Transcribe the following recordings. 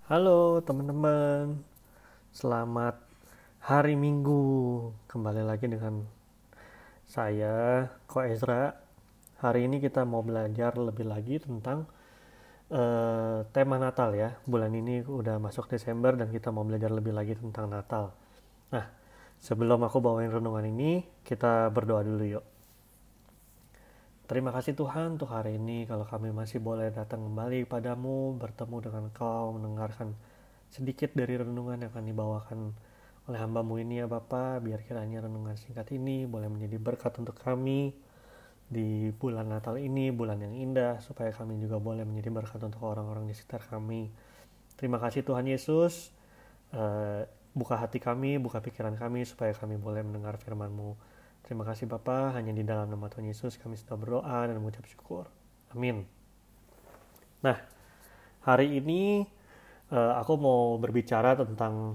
Halo teman-teman, selamat hari Minggu. Kembali lagi dengan saya, Ko Ezra. Hari ini kita mau belajar lebih lagi tentang tema Natal ya. Bulan ini udah masuk Desember dan kita mau belajar lebih lagi tentang Natal. Nah, sebelum aku bawain renungan ini, kita berdoa dulu yuk. Terima kasih Tuhan untuk hari ini kalau kami masih boleh datang kembali padamu, bertemu dengan Kau, mendengarkan sedikit dari renungan yang akan dibawakan oleh hamba-Mu ini ya Bapa. Biar kiranya renungan singkat ini boleh menjadi berkat untuk kami di bulan Natal ini, bulan yang indah, supaya kami juga boleh menjadi berkat untuk orang-orang di sekitar kami. Terima kasih Tuhan Yesus. Buka hati kami, buka pikiran kami supaya kami boleh mendengar firman-Mu. Terima kasih Bapa, hanya di dalam nama Tuhan Yesus kami sudah berdoa dan mengucap syukur. Amin. Nah, hari ini aku mau berbicara tentang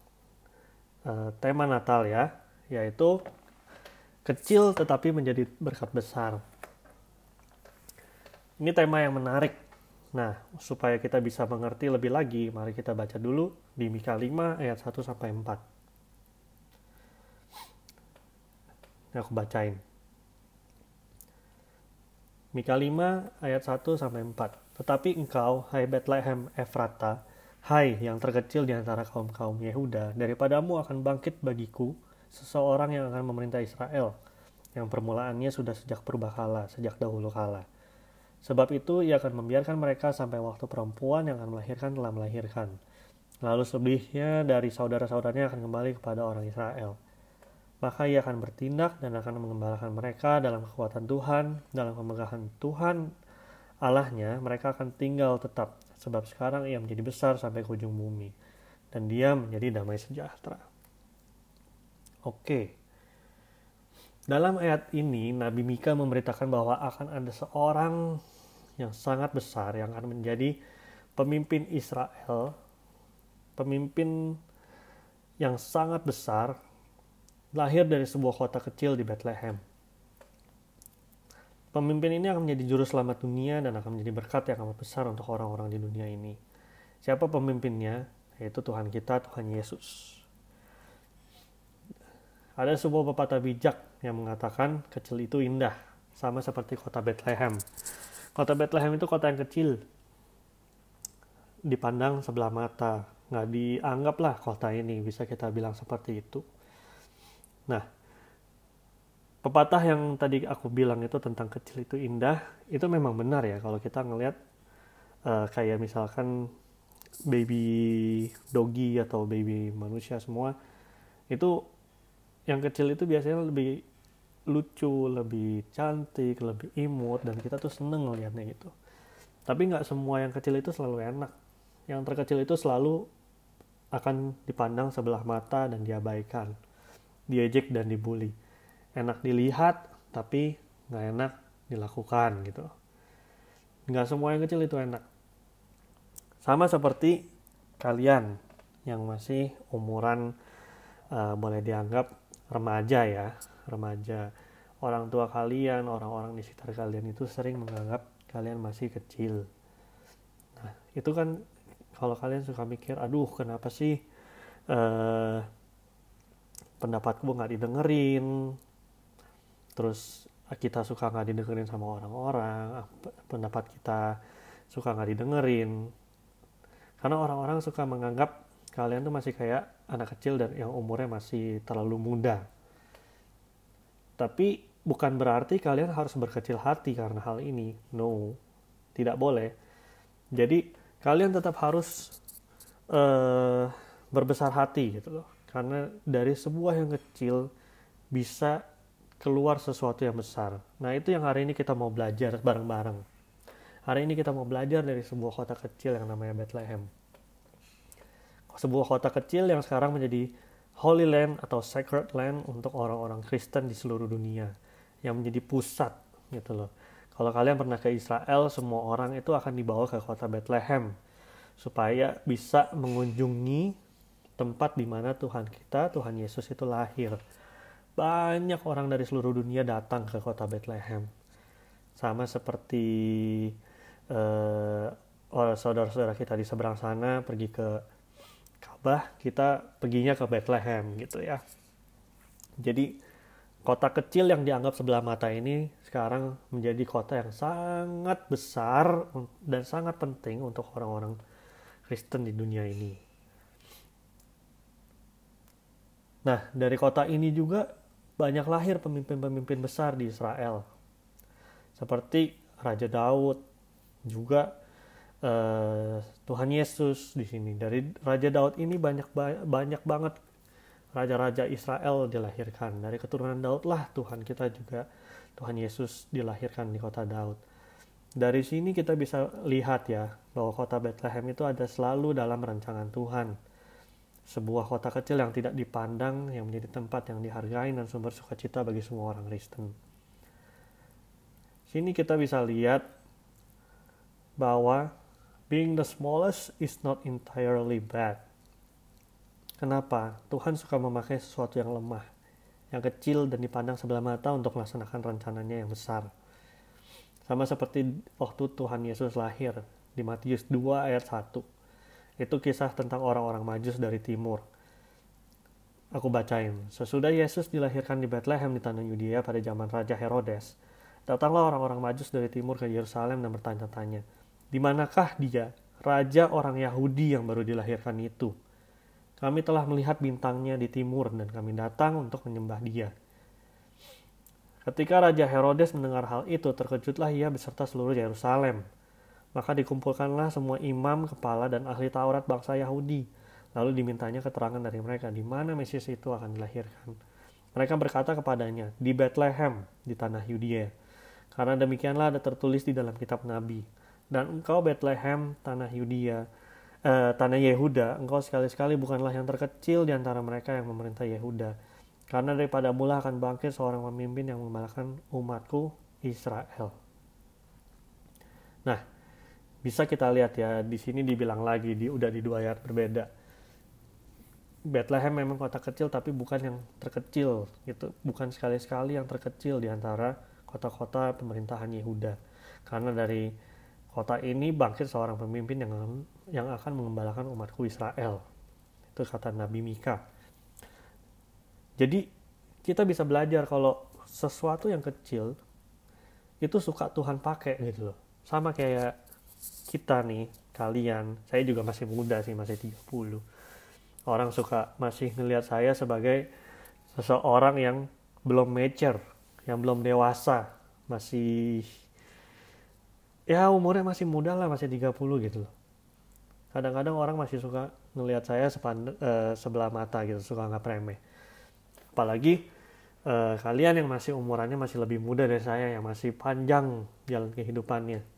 tema Natal ya, yaitu kecil tetapi menjadi berkat besar. Ini tema yang menarik. Nah, supaya kita bisa mengerti lebih lagi, mari kita baca dulu di Mika 5 ayat 1 sampai 4. Ini aku bacain. Mika 5 ayat 1 sampai 4. Tetapi engkau, hai Bethlehem Efrata, hai yang terkecil di antara kaum-kaum Yehuda, daripadamu akan bangkit bagiku seseorang yang akan memerintah Israel, yang permulaannya sudah sejak purbakala, sejak dahulu kala. Sebab itu ia akan membiarkan mereka sampai waktu perempuan yang akan melahirkan telah melahirkan. Lalu selebihnya dari saudara-saudaranya akan kembali kepada orang Israel. Maka ia akan bertindak dan akan mengembalakan mereka dalam kekuatan Tuhan, dalam kemegahan Tuhan Allahnya, mereka akan tinggal tetap, sebab sekarang ia menjadi besar sampai ke ujung bumi, dan dia menjadi damai sejahtera. Oke, dalam ayat ini Nabi Mika memberitakan bahwa akan ada seorang yang sangat besar yang akan menjadi pemimpin Israel, pemimpin yang sangat besar, lahir dari sebuah kota kecil di Bethlehem. Pemimpin ini akan menjadi juru selamat dunia dan akan menjadi berkat yang amat besar untuk orang-orang di dunia ini. Siapa pemimpinnya? Yaitu Tuhan kita, Tuhan Yesus. Ada sebuah pepatah bijak yang mengatakan kecil itu indah, sama seperti kota Bethlehem. Kota Bethlehem itu kota yang kecil, dipandang sebelah mata, nggak dianggaplah kota ini, bisa kita bilang seperti itu. Nah, pepatah yang tadi aku bilang itu tentang kecil itu indah, itu memang benar ya kalau kita ngelihat kayak misalkan baby doggy atau baby manusia semua, itu yang kecil itu biasanya lebih lucu, lebih cantik, lebih imut, dan kita tuh seneng ngelihatnya gitu. Tapi nggak semua yang kecil itu selalu enak. Yang terkecil itu selalu akan dipandang sebelah mata dan diabaikan, diejek dan dibully. Enak dilihat tapi nggak enak dilakukan gitu. Nggak semua yang kecil itu enak. Sama seperti kalian yang masih umuran boleh dianggap remaja ya, remaja. Orang tua kalian, orang-orang di sekitar kalian itu sering menganggap kalian masih kecil. Nah, itu kan kalau kalian suka mikir, aduh kenapa sih pendapatku nggak didengerin, terus kita suka nggak didengerin sama orang-orang, pendapat kita suka nggak didengerin, karena orang-orang suka menganggap kalian tuh masih kayak anak kecil dan yang umurnya masih terlalu muda. Tapi bukan berarti kalian harus berkecil hati karena hal ini. No, tidak boleh. Jadi kalian tetap harus berbesar hati gitu loh. Karena dari sebuah yang kecil bisa keluar sesuatu yang besar. Nah, itu yang hari ini kita mau belajar bareng-bareng. Hari ini kita mau belajar dari sebuah kota kecil yang namanya Bethlehem. Sebuah kota kecil yang sekarang menjadi Holy Land atau Sacred Land untuk orang-orang Kristen di seluruh dunia, yang menjadi pusat gitu loh. Kalau kalian pernah ke Israel, semua orang itu akan dibawa ke kota Bethlehem supaya bisa mengunjungi tempat di mana Tuhan kita, Tuhan Yesus itu lahir. Banyak orang dari seluruh dunia datang ke kota Bethlehem. Sama seperti saudara-saudara kita di seberang sana pergi ke Ka'bah, kita perginya ke Bethlehem gitu ya. Jadi kota kecil yang dianggap sebelah mata ini sekarang menjadi kota yang sangat besar dan sangat penting untuk orang-orang Kristen di dunia ini. Nah, dari kota ini juga banyak lahir pemimpin-pemimpin besar di Israel. Seperti Raja Daud, juga Tuhan Yesus di sini. Dari Raja Daud ini banyak banget raja-raja Israel dilahirkan. Dari keturunan Daud lah Tuhan kita juga, Tuhan Yesus dilahirkan di kota Daud. Dari sini kita bisa lihat ya, bahwa kota Bethlehem itu ada selalu dalam rancangan Tuhan. Sebuah kota kecil yang tidak dipandang, yang menjadi tempat yang dihargai dan sumber sukacita bagi semua orang Kristen. Sini kita bisa lihat bahwa being the smallest is not entirely bad. Kenapa? Tuhan suka memakai sesuatu yang lemah, yang kecil dan dipandang sebelah mata untuk melaksanakan rencananya yang besar. Sama seperti waktu Tuhan Yesus lahir di Matius 2 ayat 1. Itu kisah tentang orang-orang Majus dari timur. Aku bacain. Sesudah Yesus dilahirkan di Bethlehem di tanah Yudea pada zaman Raja Herodes, datanglah orang-orang Majus dari timur ke Yerusalem dan bertanya-tanya, di manakah dia, raja orang Yahudi yang baru dilahirkan itu? Kami telah melihat bintangnya di timur dan kami datang untuk menyembah dia. Ketika Raja Herodes mendengar hal itu, terkejutlah ia beserta seluruh Yerusalem. Maka dikumpulkanlah semua imam, kepala, dan ahli Taurat bangsa Yahudi. Lalu dimintanya keterangan dari mereka di mana Mesias itu akan dilahirkan. Mereka berkata kepadanya, di Bethlehem, di tanah Yudea. Karena demikianlah ada tertulis di dalam kitab Nabi. Dan engkau Bethlehem, tanah Yehuda, engkau sekali-sekali bukanlah yang terkecil di antara mereka yang memerintah Yehuda. Karena daripada mula akan bangkit seorang pemimpin yang mengembalakan umatku Israel. Nah, bisa kita lihat ya, di sini dibilang lagi, udah di 2 ayat berbeda. Bethlehem memang kota kecil, tapi bukan yang terkecil, gitu. Bukan sekali-sekali yang terkecil di antara kota-kota pemerintahan Yehuda. Karena dari kota ini bangkit seorang pemimpin yang akan mengembalakan umatku Israel. Itu kata Nabi Mika. Jadi kita bisa belajar kalau sesuatu yang kecil itu suka Tuhan pakai gitu loh. Sama kayak kita nih, kalian, saya juga masih muda sih, masih 30. Orang suka masih ngelihat saya sebagai seseorang yang belum mature, yang belum dewasa, masih ya umurnya masih muda lah, masih 30 gitu loh. Kadang-kadang orang masih suka ngelihat saya sebelah mata gitu, suka anggap remeh. Apalagi kalian yang masih umurannya masih lebih muda dari saya, yang masih panjang jalan kehidupannya.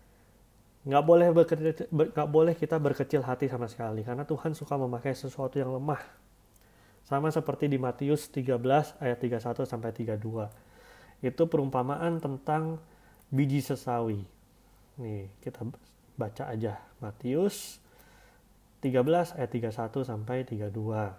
Nggak boleh kita berkecil hati sama sekali, karena Tuhan suka memakai sesuatu yang lemah. Sama seperti di Matius 13 ayat 31 sampai 32. Itu perumpamaan tentang biji sesawi. Nih, kita baca aja Matius 13 ayat 31 sampai 32.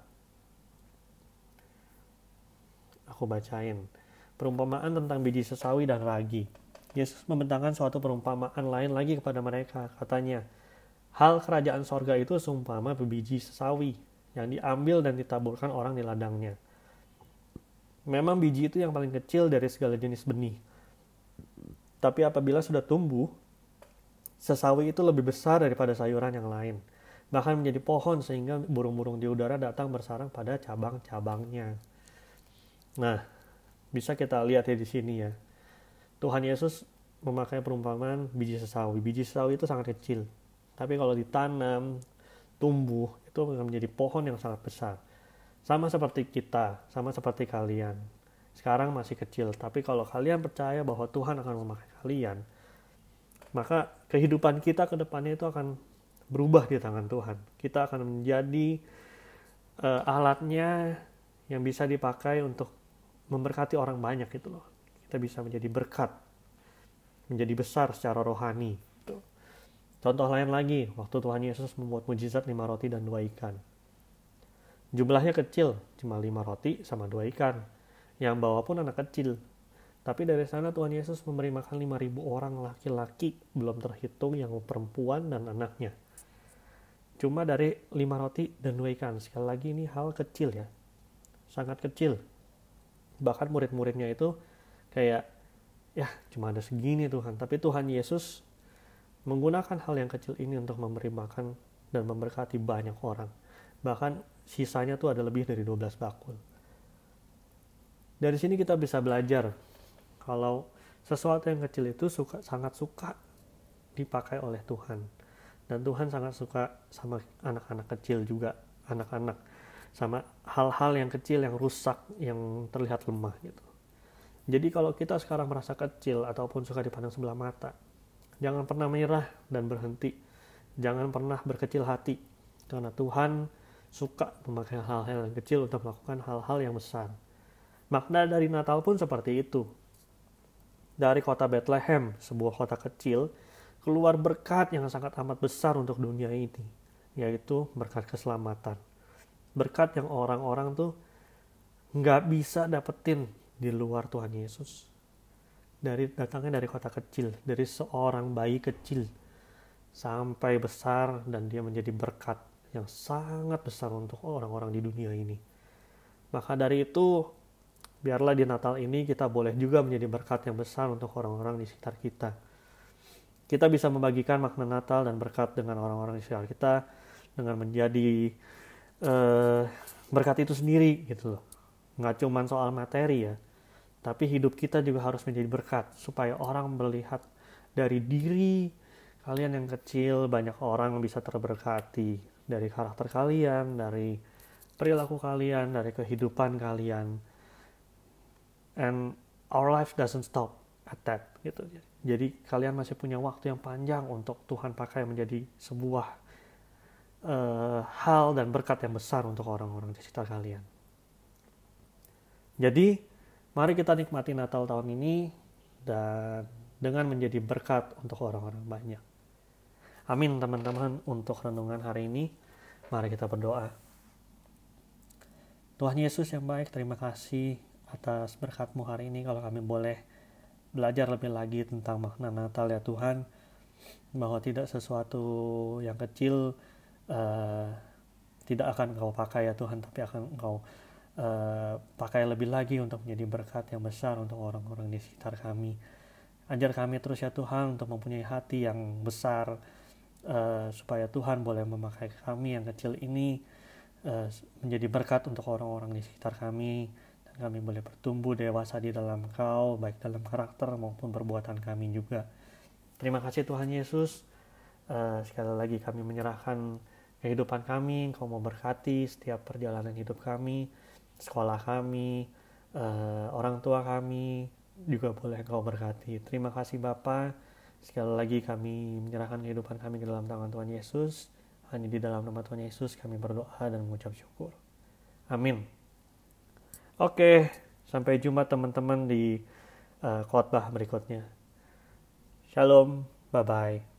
Aku bacain. Perumpamaan tentang biji sesawi dan ragi. Yesus membentangkan suatu perumpamaan lain lagi kepada mereka. Katanya, hal kerajaan sorga itu seumpama biji sesawi yang diambil dan ditaburkan orang di ladangnya. Memang biji itu yang paling kecil dari segala jenis benih. Tapi apabila sudah tumbuh, sesawi itu lebih besar daripada sayuran yang lain. Bahkan menjadi pohon sehingga burung-burung di udara datang bersarang pada cabang-cabangnya. Nah, bisa kita lihat ya di sini ya. Tuhan Yesus memakai perumpamaan biji sesawi. Biji sesawi itu sangat kecil. Tapi kalau ditanam, tumbuh, itu akan menjadi pohon yang sangat besar. Sama seperti kita, sama seperti kalian. Sekarang masih kecil, tapi kalau kalian percaya bahwa Tuhan akan memakai kalian, maka kehidupan kita ke depannya itu akan berubah di tangan Tuhan. Kita akan menjadi alatnya yang bisa dipakai untuk memberkati orang banyak gitu loh. Kita bisa menjadi berkat, menjadi besar secara rohani. Contoh lain lagi, waktu Tuhan Yesus membuat mujizat 5 roti dan 2 ikan. Jumlahnya kecil, cuma 5 roti sama 2 ikan. Yang bawa pun anak kecil. Tapi dari sana Tuhan Yesus memberi makan 5.000 orang laki-laki, belum terhitung yang perempuan dan anaknya. Cuma dari 5 roti dan 2 ikan. Sekali lagi ini hal kecil ya, sangat kecil. Bahkan murid-muridnya itu kayak, ya cuma ada segini Tuhan. Tapi Tuhan Yesus menggunakan hal yang kecil ini untuk memberi makan dan memberkati banyak orang. Bahkan sisanya tuh ada lebih dari 12 bakul. Dari sini kita bisa belajar kalau sesuatu yang kecil itu sangat suka dipakai oleh Tuhan. Dan Tuhan sangat suka sama anak-anak kecil juga, anak-anak. Sama hal-hal yang kecil, yang rusak, yang terlihat lemah gitu. Jadi kalau kita sekarang merasa kecil ataupun suka dipandang sebelah mata, jangan pernah menyerah dan berhenti. Jangan pernah berkecil hati. Karena Tuhan suka memakai hal-hal yang kecil untuk melakukan hal-hal yang besar. Makna dari Natal pun seperti itu. Dari kota Bethlehem, sebuah kota kecil, keluar berkat yang sangat amat besar untuk dunia ini, yaitu berkat keselamatan. Berkat yang orang-orang tuh nggak bisa dapetin di luar Tuhan Yesus. Datangnya dari kota kecil, dari seorang bayi kecil sampai besar, dan dia menjadi berkat yang sangat besar untuk orang-orang di dunia ini. Maka dari itu, biarlah di Natal ini kita boleh juga menjadi berkat yang besar untuk orang-orang di sekitar kita. Kita bisa membagikan makna Natal dan berkat dengan orang-orang di sekitar kita dengan menjadi berkat itu sendiri gitu loh. Nggak cuma soal materi ya, tapi hidup kita juga harus menjadi berkat supaya orang melihat dari diri kalian yang kecil, banyak orang bisa terberkati dari karakter kalian, dari perilaku kalian, dari kehidupan kalian. And our life doesn't stop at that gitu. Jadi kalian masih punya waktu yang panjang untuk Tuhan pakai menjadi sebuah hal dan berkat yang besar untuk orang-orang di sekitar kalian. Jadi mari kita nikmati Natal tahun ini dan dengan menjadi berkat untuk orang-orang banyak. Amin teman-teman. Untuk renungan hari ini, mari kita berdoa. Tuhan Yesus yang baik, terima kasih atas berkat-Mu hari ini. Kalau kami boleh belajar lebih lagi tentang makna Natal ya Tuhan, bahwa tidak sesuatu yang kecil tidak akan Engkau pakai ya Tuhan, tapi akan Engkau pakai lebih lagi untuk menjadi berkat yang besar untuk orang-orang di sekitar kami. Ajar kami terus ya Tuhan untuk mempunyai hati yang besar, supaya Tuhan boleh memakai kami yang kecil ini menjadi berkat untuk orang-orang di sekitar kami. Kami boleh bertumbuh dewasa di dalam Engkau, baik dalam karakter maupun perbuatan kami juga. Terima kasih Tuhan Yesus. Sekali lagi kami menyerahkan kehidupan kami. Engkau mau berkati setiap perjalanan hidup kami, sekolah kami, orang tua kami juga boleh Engkau berkati. Terima kasih Bapa. Sekali lagi kami menyerahkan kehidupan kami ke dalam tangan Tuhan Yesus. Hanya di dalam nama Tuhan Yesus kami berdoa dan mengucap syukur. Amin. Oke, sampai jumpa teman-teman di khotbah berikutnya. Shalom, bye-bye.